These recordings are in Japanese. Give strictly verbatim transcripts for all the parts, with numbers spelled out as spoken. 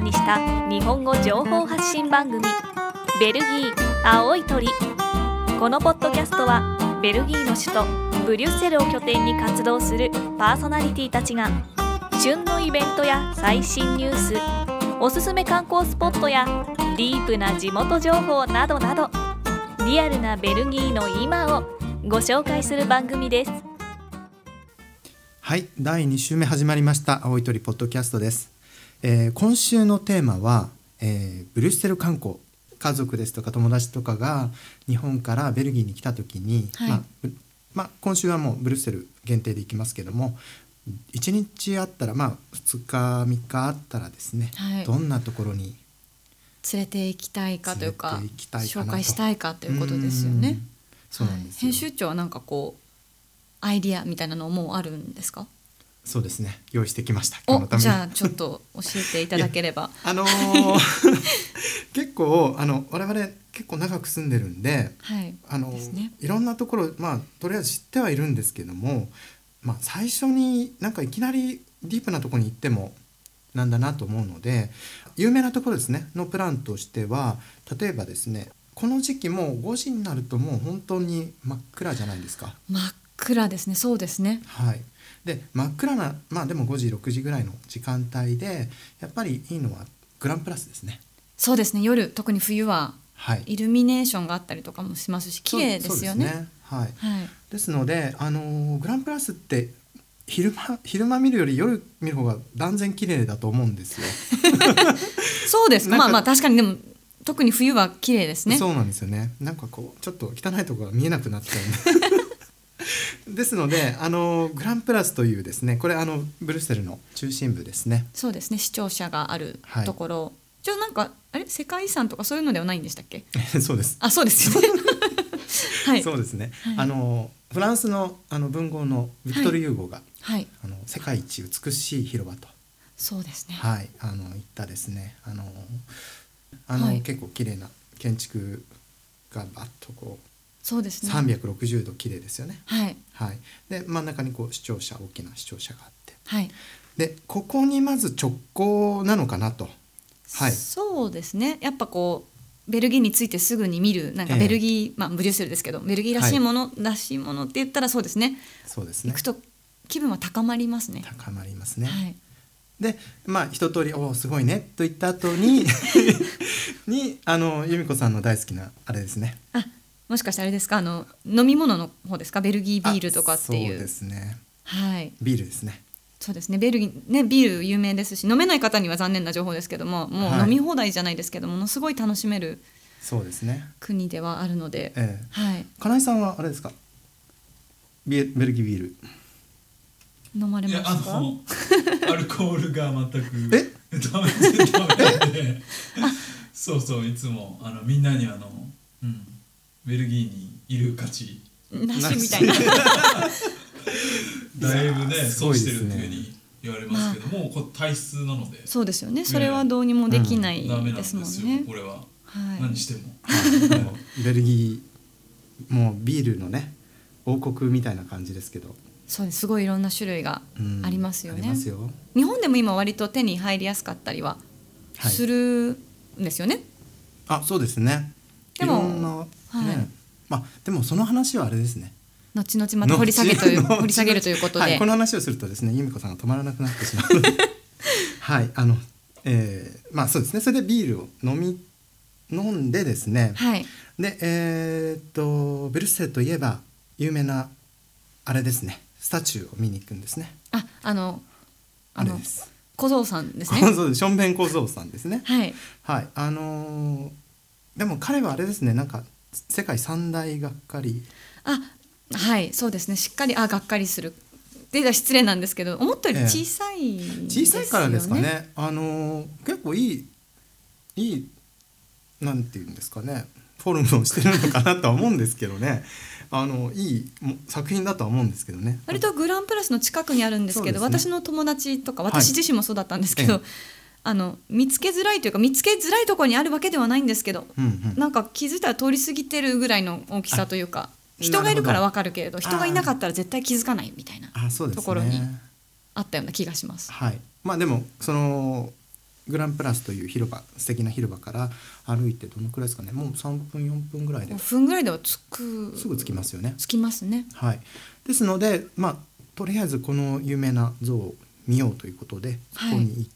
にした日本語情報発信番組ベルギー青い鳥。このポッドキャストはベルギーの首都ブリュッセルを拠点に活動するパーソナリティたちが旬のイベントや最新ニュース、おすすめ観光スポットやディープな地元情報などなど、リアルなベルギーの今をご紹介する番組です。 はい、だいに週目始まりました青い鳥ポッドキャストです。えー、今週のテーマは、えー、ブリュッセル観光。家族ですとか友達とかが日本からベルギーに来た時に、はい、まあまあ、今週はもうブリュッセル限定で行きますけども、いちにちあったら、まあ、ふつかみっかあったらですね、はい、どんなところに連れて行きたいかというか紹介したいかということですよね。 そうなんですよ。 はい、編集長はなんかこうアイディアみたいなのもうあるんですか？ そうですね、用意してきました。今日のために。 じゃあちょっと教えていただければ。 あのー、結構あの我々結構長く住んでるんで、はい、あのですね、いろんなところ、まあ、とりあえず知ってはいるんですけども、まあ、最初になんかいきなりディープなところに行ってもなんだなと思うので、有名なところですねのプランとしては、例えばですね、この時期もうごじになるともう本当に真っ暗じゃないですか。 真っ暗ですね。そうですね。 はい。で真っ暗な、まあでもごじろくじぐらいの時間帯でやっぱりいいのはグランプラスですね。 そうですね、夜特に冬はイルミネーションがあったりとかもしますし、綺麗ですよね。 そうですね、はいはい、ですので、あのー、グランプラスって昼間、昼間見るより夜見る方が断然綺麗だと思うんですよ。 そうですか。まあまあ確かに、でも特に冬は綺麗ですね。 そうなんですよね。なんかこうちょっと汚いところが見えなくなっちゃうですので、あのグランプラスというですね、これあのブリュッセルの中心部ですね。 そうですね、市庁舎があるところ、はい、じゃあなんかあれ世界遺産とかそういうのではないんでしたっけ？ そうです。 あ、そうですよね。はい、 そうですね、はい、あのフランス の, あの文豪のビクトル・ユーゴが、 はい、 あの世界一美しい広場と、 そうですね、 はい、あの言ったですね、あのあの、はい、結構綺麗な建築がバッとこう、 そうですね、 さんびゃくろくじゅうど綺麗ですよね。 はいはい、で真ん中にこう市庁舎、大きな市庁舎があって、 はい、 でここにまず直行なのかなと、はい、 そうですね、やっぱこうベルギーについてすぐに見る、なんかベルギー、えーまあ、ブリュッセルですけどベルギーらしいもの、はい、らしいものって言ったらそうですね、 そうですね、 行くと気分は高まりますね。 高まりますね、 はい、 でまあ一通りおすごいねと言った後ににあの由美子さんの大好きなあれですね。 あ、もしかしてあれですか、あの飲み物の方ですか？ベルギービールとかっていう。 そうですね、 はい、 ビールですね。 そうですね、ベルギー、ね、ビール有名ですし、飲めない方には残念な情報ですけども、もう飲み放題じゃないですけども、はい、ものすごい楽しめるそうですね国ではあるので、 ええ、 はい、 金井さんはあれですか、ビーベルギービール飲まれますか？ いや、あのアルコールが全くえダメでダメでそうそう、いつもあのみんなにあの、うん、ベルギーにいる価値なしみたいなだいぶねそうしてるっていうふうに言われますけども、まあ、これ体質なので、 そうですよね、それはどうにもできないですもんね、うん、ダメなんですよこれは、はい、何しても、 はい、もうベルギーもうビールのね王国みたいな感じですけど、 そうです、すごいいろんな種類がありますよね、 うん、ありますよ。 日本でも今割と手に入りやすかったりはするんですよね、 はい、あ、そうですね、 でもいろんな、ね、はい、まあ、でもその話はあれですね、 後々また掘り下げという掘り下げるということで、 はい、この話をするとですね、由美子さんが止まらなくなってしまうのではい、あの、えー、まあそうですね、それでビールを飲み飲んでですね、 はい、で、 えー、っとブリュッセルといえば有名なあれですね、スタチューを見に行くんですね。 あ、あのあれです、 小僧さんですね。 そうです、ションベン小僧さんですね。 はい、はい、 あのー、でも彼はあれですね、なんか世界三大がっかり、 あ、はい、そうですね、しっかり、あ、がっかりするって言ったら失礼なんですけど、思ったより小さいですよね、えー、小さいからですかね、あのー、結構いいいいなんていうんですかね、フォルムをしてるのかなとは思うんですけどねあのいい作品だとは思うんですけどね。割とグランプラスの近くにあるんですけど、ね、私の友達とか私自身もそうだったんですけど、はい、あの見つけづらいというか見つけづらいところにあるわけではないんですけど、うんうん、なんか気づいたら通り過ぎてるぐらいの大きさというか、人がいるから分かるけれど人がいなかったら絶対気づかないみたいなところにあったような気がします。 はい、まあ、でもそのグランプラスという広場、素敵な広場から歩いてどのくらいですかね、もうさんぷんよんぷんぐらいでごふんぐらいでは着く、 すぐ着きますよね。 着きますね。 はい、ですので、まあ、とりあえずこの有名な像を見ようということでそこに行って、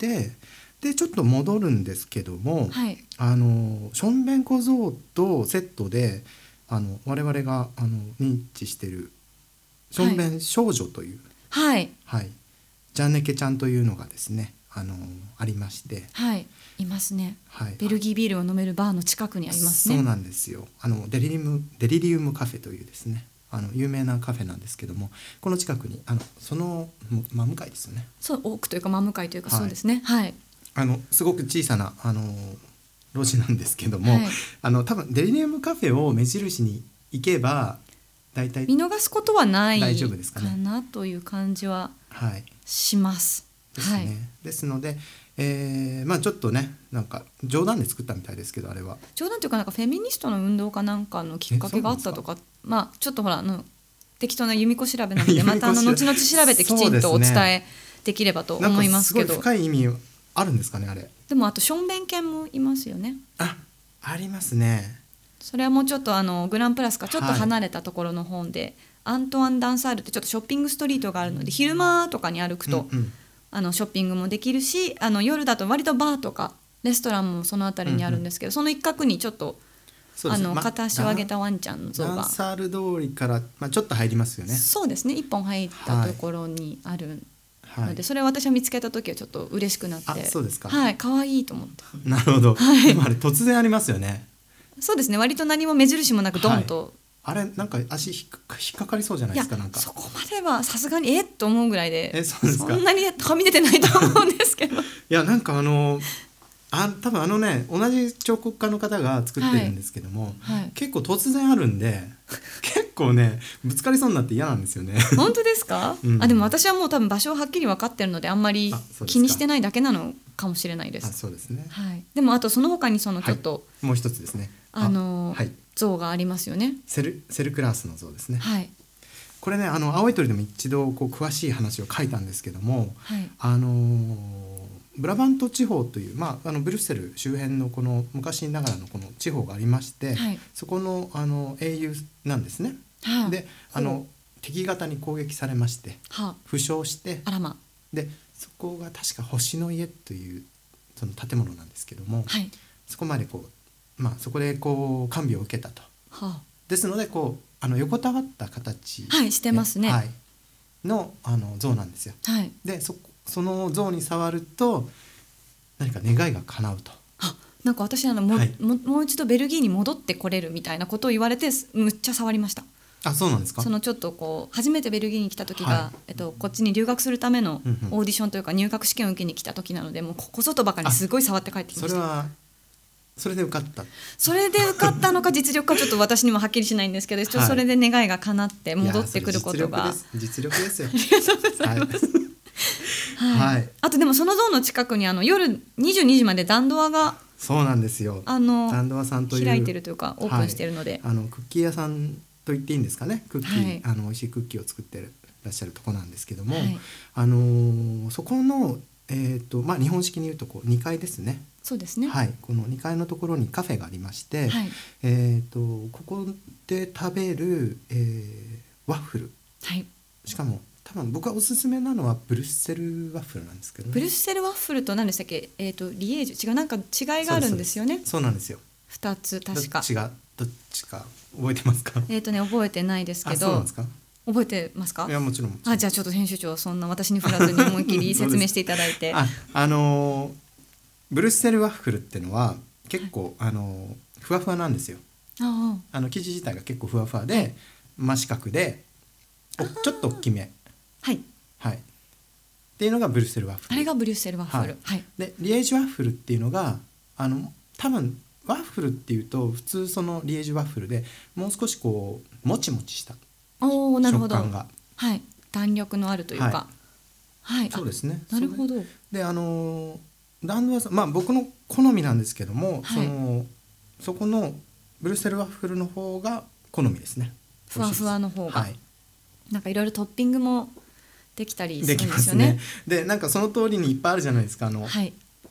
はい、でちょっと戻るんですけども、はい、あのションベン小僧とセットであの我々があの認知しているションベン少女という、 はいはい、ジャンネケちゃんというのがですね、あのありまして、 はい、いますね、 はい、 ベルギービールを飲めるバーの近くにありますね。 そうなんですよ。あのデリリウム、デリリウムカフェというですね、あの有名なカフェなんですけども、この近くにあのその真向かいですよね。 そう、奥というか真向かいというか、そうですね、はい、 あのすごく小さなあの路地なんですけども、はい、あの多分デリリウムカフェを目印に行けばだいたい見逃すことはない大丈夫ですかね、 かなという感じはします、 はい、ですね、はい、ですので、えーまあ、ちょっとね、なんか冗談で作ったみたいですけど、あれは冗談というか、なんかフェミニストの運動かなんかのきっかけがあったとか、まあちょっとほらあの適当な由美子調べなのでまたあの後々調べてきちんとお伝えできればと思いますけど、 なんかすごい深い意味あるんですかね、あれ。 でもあとションベン犬もいますよね。 あ、ありますね。 それはもうちょっとあのグランプラスからちょっと離れたところの本で、はい、アントワン・ダンサールってちょっとショッピングストリートがあるので、昼間とかに歩くと、うんうん、あのショッピングもできるし、あの夜だと割とバーとかレストランもそのあたりにあるんですけど、うんうん、その一角にちょっとあの片足を上げたワンちゃんの像が、 ダンサール通りから、まあ、ちょっと入りますよね。 そうですね、一本入ったところにあるので、はい、それを私は見つけた時はちょっと嬉しくなって、 あ、そうですか、 はい、可愛いと思って。 なるほど、はい、でもあれ突然ありますよね。 そうですね、割と何も目印もなくドンと、 はい、あれなんか足引っか、引っかかりそうじゃないですか。なんかそこまではさすがにえっと思うぐらいで、 え、そうですか。 そんなにはみ出てないと思うんですけどいや、なんかあのあ多分あのね、同じ彫刻家の方が作ってるんですけども、はいはい、結構突然あるんで結構ねぶつかりそうになって嫌なんですよね。 本当ですか、うん、あでも私はもう多分場所ははっきり分かってるので、あんまり気にしてないだけなのかもしれないです。 あ、そうですね、 はい、でもあとその他にそのちょっと、はい、 もう一つですね、 あの、はい、像がありますよね。 セル、セルクラースの像ですね、 はい、 これね、あの青い鳥でも一度こう詳しい話を書いたんですけども、はい、あのーブラバント地方という、まあ、あのブリュッセル周辺のこの昔ながらのこの地方がありまして、はい、そこ の, あの英雄なんですね、はあ、であの敵方に攻撃されまして、はあ、負傷して、 あら、ま、 でそこが確か星の家というその建物なんですけども、はい、そこまでこう、まあ、そこでこう看病を受けたと、はあ、ですのでこうあの横たわった形、 はい、してますね、 はい、の, あの像なんですよ、はい、でそこその像に触ると何か願いが叶うと。 あ、なんか私あの も,、はい、も, もう一度ベルギーに戻ってこれるみたいなことを言われてむっちゃ触りました。 あ、そうなんですか。 そのちょっとこう初めてベルギーに来た時が、はい、えっと、こっちに留学するためのオーディションというか入学試験を受けに来た時なので、もうここぞとばかりすごい触って帰ってきました。 それはそれで受かった。 それで受かったのか実力かちょっと私にもはっきりしないんですけど、はい、それで願いが叶って戻ってくることが、 実力ですよ。 ありがとうございます、はいはいはい、あとでもその像の近くにあの夜にじゅうにじまでダンドアが、 そうなんですよ、 あのダンドアさんという開いてるというかオープンしてるので、 はい、あのクッキー屋さんと言っていいんですかね。クッキー、はい、あの美味しいクッキーを作ってらっしゃるところなんですけども、はい、あのそこの、えーとまあ、日本式に言うとこうにかいですね。 そうですね、 はい、このにかいのところにカフェがありまして、はい、えーとここで食べる、えー、ワッフル、はい、しかも多分僕はおすすめなのはブルッセルワッフルなんですけど、ね、 ブルッセルワッフルと何でしたっけ、えーとリエージュ違う、なんか違いがあるんですよね。 そうなんですよ、 ふたつ確か。 どっちがどっちか覚えてますか。 えーとね覚えてないですけど。 あ、そうなんですか。 覚えてますか。 いや、もちろんもちろん。 あ、じゃあちょっと編集長はそんな私に振らずに思いっきり説明していただいてあ、あのー、ブルッセルワッフルってのは結構、はい、あのー、ふわふわなんですよ。ああの生地自体が結構ふわふわで、はい、真四角でおちょっと大きめ、はいはい、っていうのがブルッセルワッフル。 あれがブルッセルワッフル、はいはい、でリエージュワッフルっていうのがあの多分ワッフルっていうと普通そのリエージュワッフルでもう少しこうもちもちしたおー、なるほど、 食感が、 はい、弾力のあるというか、はいはい、 そうですね。 なるほど。 であのダンドアさん、まあ僕の好みなんですけども、はい、そのそこのブルッセルワッフルの方が好みですね。 ふわふわの方が、 はい、 なんかいろいろトッピングもできたりするんですよね。 できますね。でなんかその通りにいっぱいあるじゃないですか。あの、はい、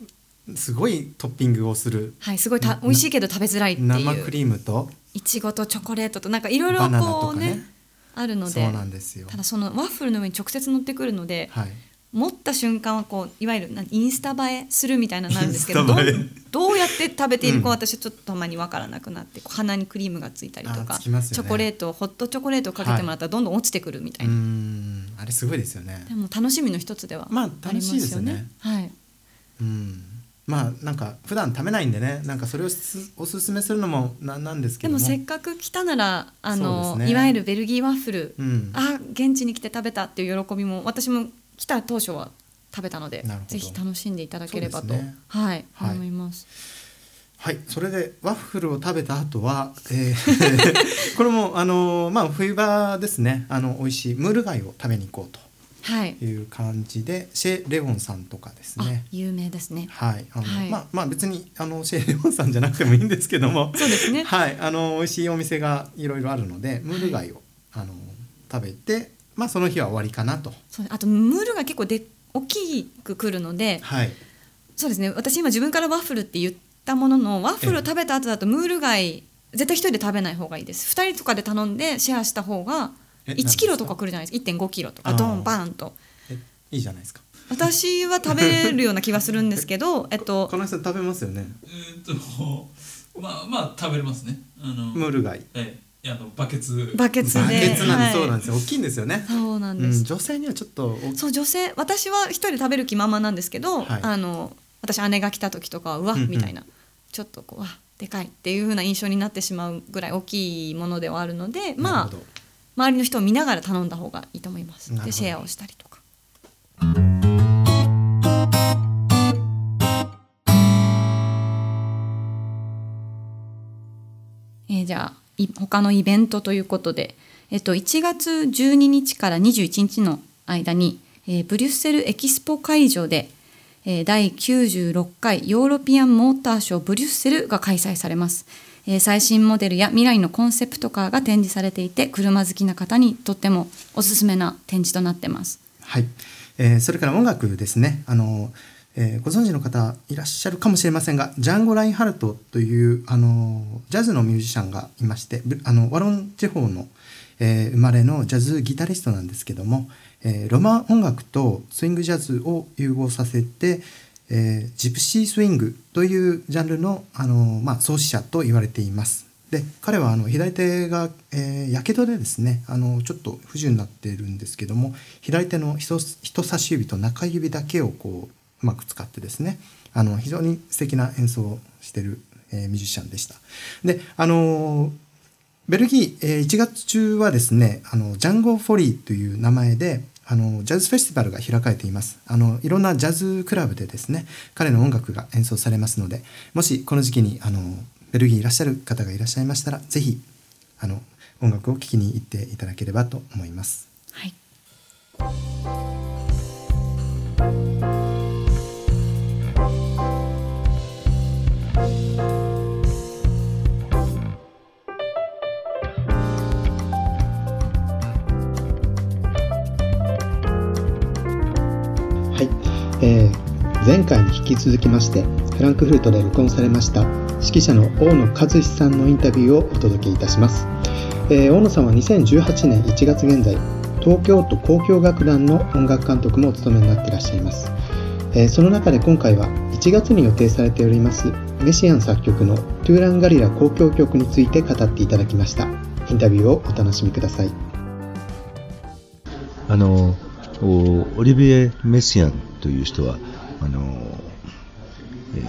すごいトッピングをする、 はい、すごいた美味しいけど食べづらいっていう生クリームといちごとチョコレートとなんかいろいろこうね、ねあるので、 そうなんですよ。 ただそのワッフルの上に直接乗ってくるので、はい、持った瞬間はこういわゆるインスタ映えするみたいなのなんですけどどう、どうやって食べているか私はちょっとたまに分からなくなって、うん、鼻にクリームがついたりとか、ね、チョコレートホットチョコレートをかけてもらったらどんどん落ちてくるみたいな、 はい、うーんあれすごいですよね。 でも楽しみの一つではありますよね。まあ楽しいですよね。はい、 うんまあなんか普段食べないんでね、なんかそれをおすすめするのもなんなんですけども、 でもせっかく来たならあの、ね、いわゆるベルギーワッフル、うん、あ現地に来て食べたっていう喜びも私も来た当初は食べたのでぜひ楽しんでいただければと、ねはい、はい、思います。 はい、それでワッフルを食べた後は、えー、これもあの、まあ、冬場ですね、あの美味しいムール貝を食べに行こうと。はい、いう感じでシェ・レオンさんとかですね、 有名ですね。 はいあのはいまあまあ、別にあのシェ・レオンさんじゃなくてもいいんですけどもそうですね、 はい、あの美味しいお店がいろいろあるのでムール貝を、はい、あの食べて、まあ、その日は終わりかなと。 そうあとムール貝結構で大きくくるので、はい、そうですね、私今自分からワッフルって言ったもののワッフルを食べた後だとムール貝絶対一人で食べない方がいいです。ふたりとかで頼んでシェアした方がいちキロとかくるじゃないですか。 いってんごキロとかドンバーンとえいいじゃないですか。 私は食べるような気はするんですけどえっとこの人食べますよね。 えー、っとまあまあ食べれますね。あのムール貝、 ええ、いやあのバケツバケツでバケツなんで、はい、そうなんですよ。大きいんですよね。 そうなんです、うん、 女性にはちょっとそう女性私は一人で食べる気ままなんですけど、はい、あの私姉が来た時とかはうわっみたいな、うんうん、ちょっとこうわでかいっていう風な印象になってしまうぐらい大きいものではあるので、まあ周りの人を見ながら頼んだ方がいいと思います。でシェアをしたりとか。えー、じゃあ他のイベントということで、えっと、いちがつじゅうににちからにじゅういちにちの間に、えー、ブリュッセルエキスポ会場で、えー、だいきゅうじゅうろっかいヨーロピアンモーターショーブリュッセルが開催されます。えー、最新モデルや未来のコンセプトカーが展示されていて車好きな方にとってもおすすめな展示となってます。 はい、えー、それから音楽ですね。あの、えー、ご存知の方いらっしゃるかもしれませんがジャンゴ・ラインハルトというあのジャズのミュージシャンがいまして、あのワロン地方の、えー、生まれのジャズギタリストなんですけども、えー、ロマン音楽とスイングジャズを融合させてえー、ジプシースイングというジャンルの、あのまあ、創始者と言われています。で彼はあの左手がやけどでですねあのちょっと不自由になっているんですけども左手の 人, 人差し指と中指だけをこううまく使ってですねあの非常に素敵な演奏をしている、えー、ミュージシャンでした。であのベルギー、えー、いちがつ中はですねあのジャンゴ・フォリーという名前であのジャズフェスティバルが開かれています。あのいろんなジャズクラブでですね彼の音楽が演奏されますので、もしこの時期にあのベルギーにいらっしゃる方がいらっしゃいましたらぜひあの音楽を聴きに行っていただければと思います。 はい、 えー、前回に引き続きましてフランクフルトで録音されました指揮者の大野和志さんのインタビューをお届けいたします。えー、大野さんはにせんじゅうはちねんいちがつ現在東京都交響楽団の音楽監督もお務めになっていらっしゃいます。えー、その中で今回はいちがつに予定されておりますメシアン作曲のトゥーランガリラ交響曲について語っていただきました。インタビューをお楽しみください。 あのオリビエ・メシアンという人はあの、え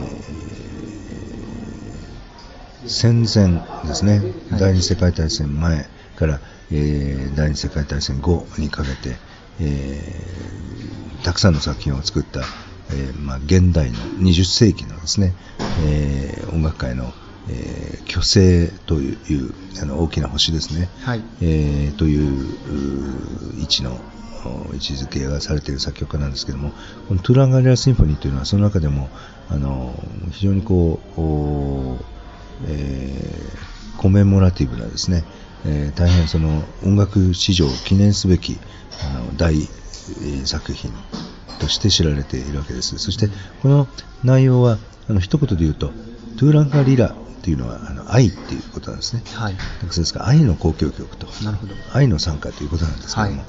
ー、戦前ですね、はい、第二次世界大戦前から、えー、第二次世界大戦後にかけて、えー、たくさんの作品を作った、えーまあ、現代のにじゅっせいきのですね、えー、音楽界の、えー、巨星というあの大きな星ですね、はい、えー、という位置の位置づけがされている作曲家なんですけども、このトゥーランガリラシンフォニーというのはその中でもあの非常にこう、えー、コメモラティブなですね、えー、大変その音楽史上を記念すべきあの大、えー、作品として知られているわけです。そしてこの内容はあの一言で言うとトゥーランガリラっていうのはあの愛っていうことなんですね。はい、そうですから愛の交響曲となるほど愛の賛歌ということなんですけども、はい、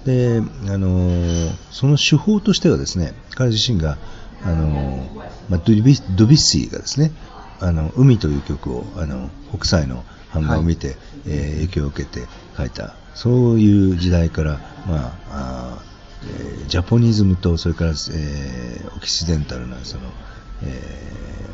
であのその手法としてはですね、彼自身があの、まあ、ドビュッシーがですね、あの海という曲をあの北斎の版画を見て、はい、えー、影響を受けて書いた、そういう時代から、まああえー、ジャポニズムとそれから、えー、オキシデンタルなその、え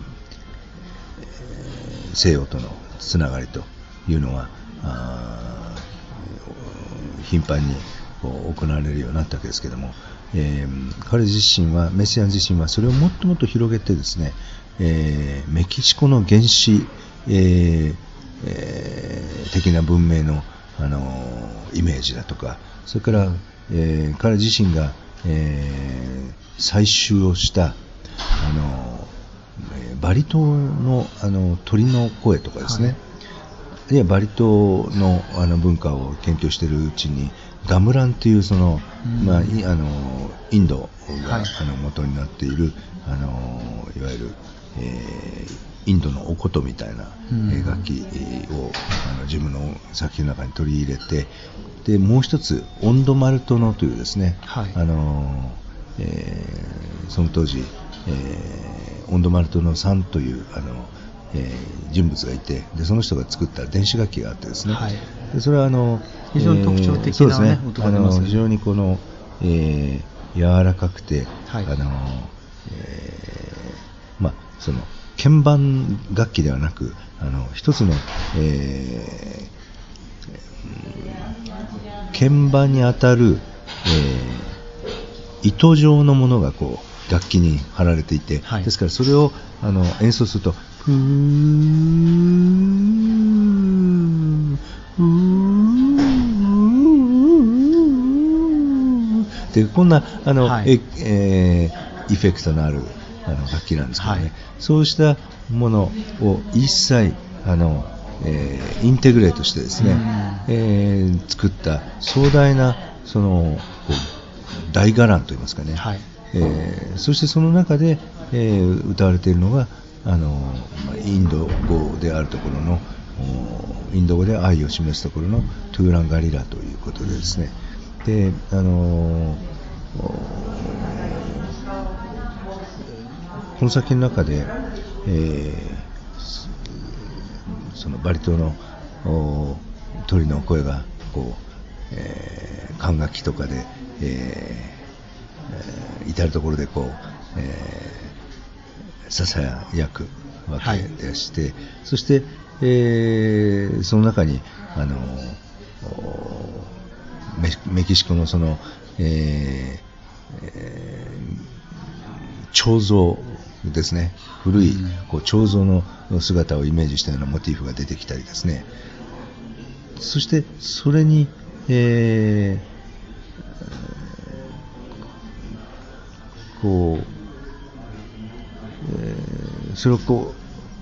ー、西洋とのつながりというのはあ頻繁にこう行われるようになったわけですけれども、えー、彼自身はメシアン自身はそれをもっともっと広げてですね、えー、メキシコの原始、えーえー、的な文明の、あのー、イメージだとか、それから、えー、彼自身が、えー、採集をした、あのー、バリ島の、あの鳥の声とかですね、はい、あるいはバリ島 の, あの文化を研究しているうちにガムランというその、うん、まあ、いあのインドが、はい、あの元になっているあのいわゆる、えー、インドのお琴みたいな、うん、楽器をあの自分の作品の中に取り入れて、でもう一つオンドマルトノというですね、はい、あのえー、その当時、えー、オンドマルトノさんというあのえー、人物がいて、でその人が作った電子楽器があってですね、はい、でそれはあの非常に特徴的な、ね、 そうですね、音が出ますね。非常にこの、えー、柔らかくて、はい、あのえー、まあその鍵盤楽器ではなく、あの一つの、えー、鍵盤に当たる、えー、糸状のものがこう楽器に貼られていて、はい、ですからそれをあの演奏するとふーふーでこんなあの、はい、ええー、エフェクトのあるあの楽器なんですけどね、はい、そうしたものを一切あの、えー、インテグレートしてですね、えー、作った壮大なそのこう大伽藍といいますかね、はい、えー、そしてその中で、えー、歌われているのがあのインド語であるところのインド語で愛を示すところのトゥーランガリラということでですね、であのこの作品の中で、えー、そのバリ島の鳥の声がこう、えー、管楽器とかで、えー、至るところでこう、えーささやくわけでして、はい、そして、えー、その中にあの メ, メキシコのその、えーえー、彫像ですね、古いこう彫像の姿をイメージしたようなモチーフが出てきたりですね、そしてそれに、えー、こうそれをこう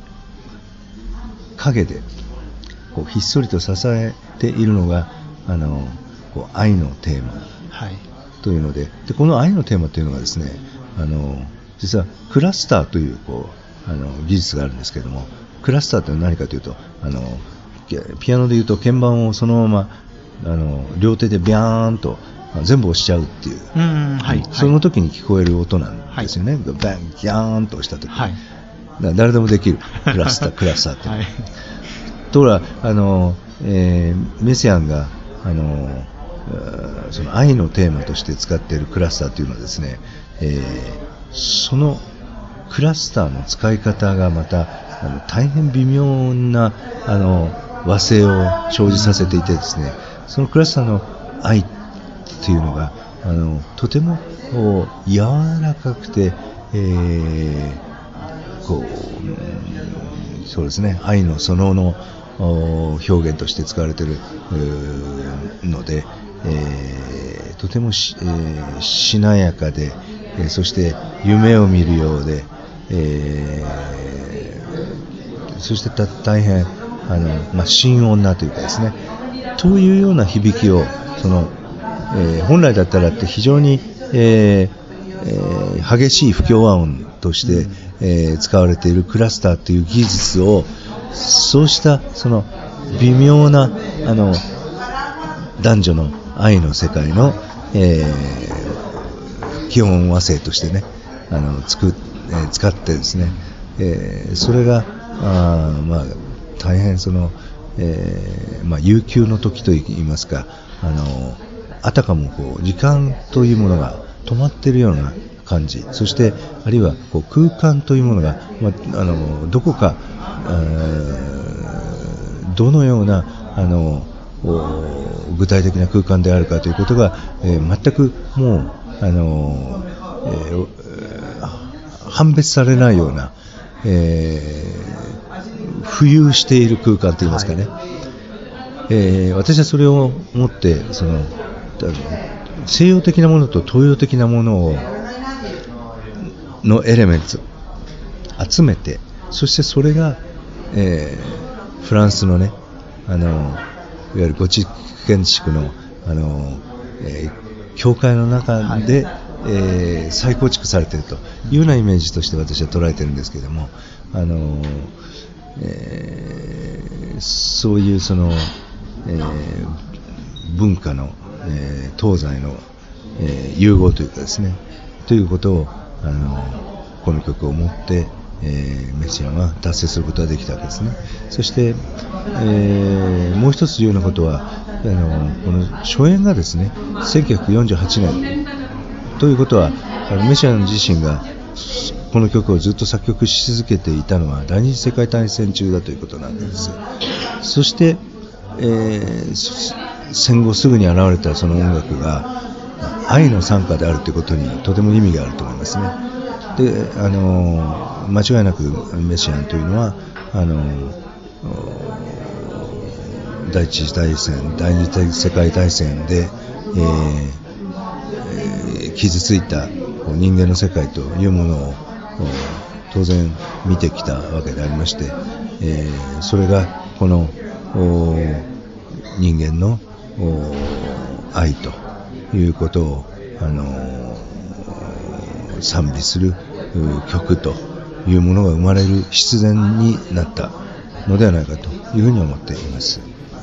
影でこうひっそりと支えているのがあのこう愛のテーマというので、でこの愛のテーマというのがですね、あの実はクラスターという、こうあの技術があるんですけれども、クラスターというのは何かというと、あのピアノでいうと鍵盤をそのままあの両手でビャーンと全部押しちゃうっていう、うん、はい、その時に聞こえる音なんですよね、はい、バンギャーンと押した時、はい、だ誰でもできるクラスタークラスターって、はい、ところがあの、えー、メシアンがあのその愛のテーマとして使っているクラスターというのはですね、えー、そのクラスターの使い方がまたあの大変微妙なあの和声を生じさせていてですね、そのクラスターの愛というのがあのとても柔らかくて、えー、こう、うん、そうですね、愛のそのの表現として使われているので、えー、とてもし、えー、しなやかで、えー、そして夢を見るようで、えー、そしてた大変あの、まあ、心音なというかですね、というような響きをその、えー、本来だったらって非常に、えーえー、激しい不協和音として、うんえー、使われているクラスターという技術をそうしたその微妙なあの男女の愛の世界の、えー、基本和声としてねあの作、えー、使ってですね、えー、それがあ、まあ、大変その、えーまあ、悠久の時といいますかあのあたかもこう時間というものが止まっているような感じそしてあるいはこう空間というものが、まあ、あのどこかどのようなあの具体的な空間であるかということが、えー、全くもうあの、えー、判別されないような、えー、浮遊している空間といいますかね、はいえー、私はそれをもってその西洋的なものと東洋的なものをのエレメンツ集めてそしてそれが、えー、フランスのねあのいわゆるゴチック建築のあの、えー、教会の中で、はいえー、再構築されているというようなイメージとして私は捉えているんですけれどもあの、えー、そういうその、えー、文化の、えー、東西の、えー、融合というかですねということをあのこの曲をもって、えー、メシアンは達成することができたわけですね。そして、えー、もう一つ重要なことはあのこの初演がですねせんきゅうひゃくよんじゅうはちねんということはあのメシアン自身がこの曲をずっと作曲し続けていたのは第二次世界大戦中だということなんです。そして、えー、戦後すぐに現れたその音楽が愛の賛歌であるということにとても意味があると思いますね。で、あの間違いなくメシアンというのはあの第一次大戦第二次世界大戦で、えー、傷ついた人間の世界というものを当然見てきたわけでありまして、えー、それがこの人間の愛ということを、あのー、賛美する曲というものが生まれる必然になったのではないかというふうに思っています。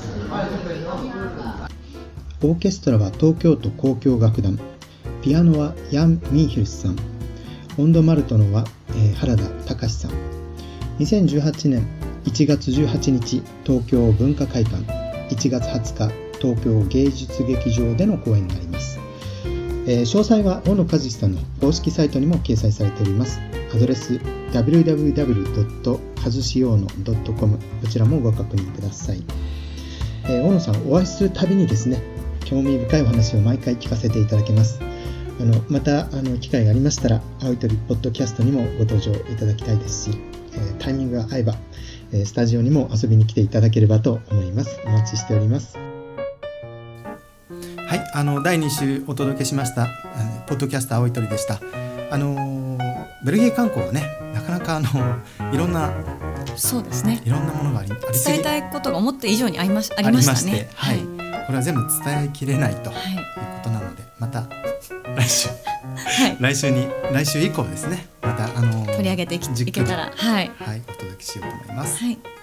オーケストラは東京都交響楽団、ピアノはヤン・ミーヒルスさん、音頭マルトノは、えー、原田隆さん。にせんじゅうはちねんいちがつじゅうはちにち東京文化会館、いちがつはつか東京芸術劇場での公演になります。えー、詳細は大野和志さんの公式サイトにも掲載されております。アドレス ダブリューダブリューダブリュードットカズシオーノドットコム こちらもご確認ください。えー、大野さんお会いするたびにですね興味深いお話を毎回聞かせていただけます。あのまたあの機会がありましたら青い鳥ポッドキャストにもご登場いただきたいですし、えー、タイミングが合えば、えー、スタジオにも遊びに来ていただければと思います。お待ちしております。はい、あのだいに週お届けしましたポッドキャスト青い鳥でした。あのベルギー観光はねなかなかあのいろんなそうですねいろんなものがありありすぎ伝えたいことが思った以上にありまし、ありましたね。 はい、これは全部伝えきれないということなので、また来週、はい、来週に来週以降ですねまたあの取り上げていけたら、はい、 はい、お届けしようと思います。 はい。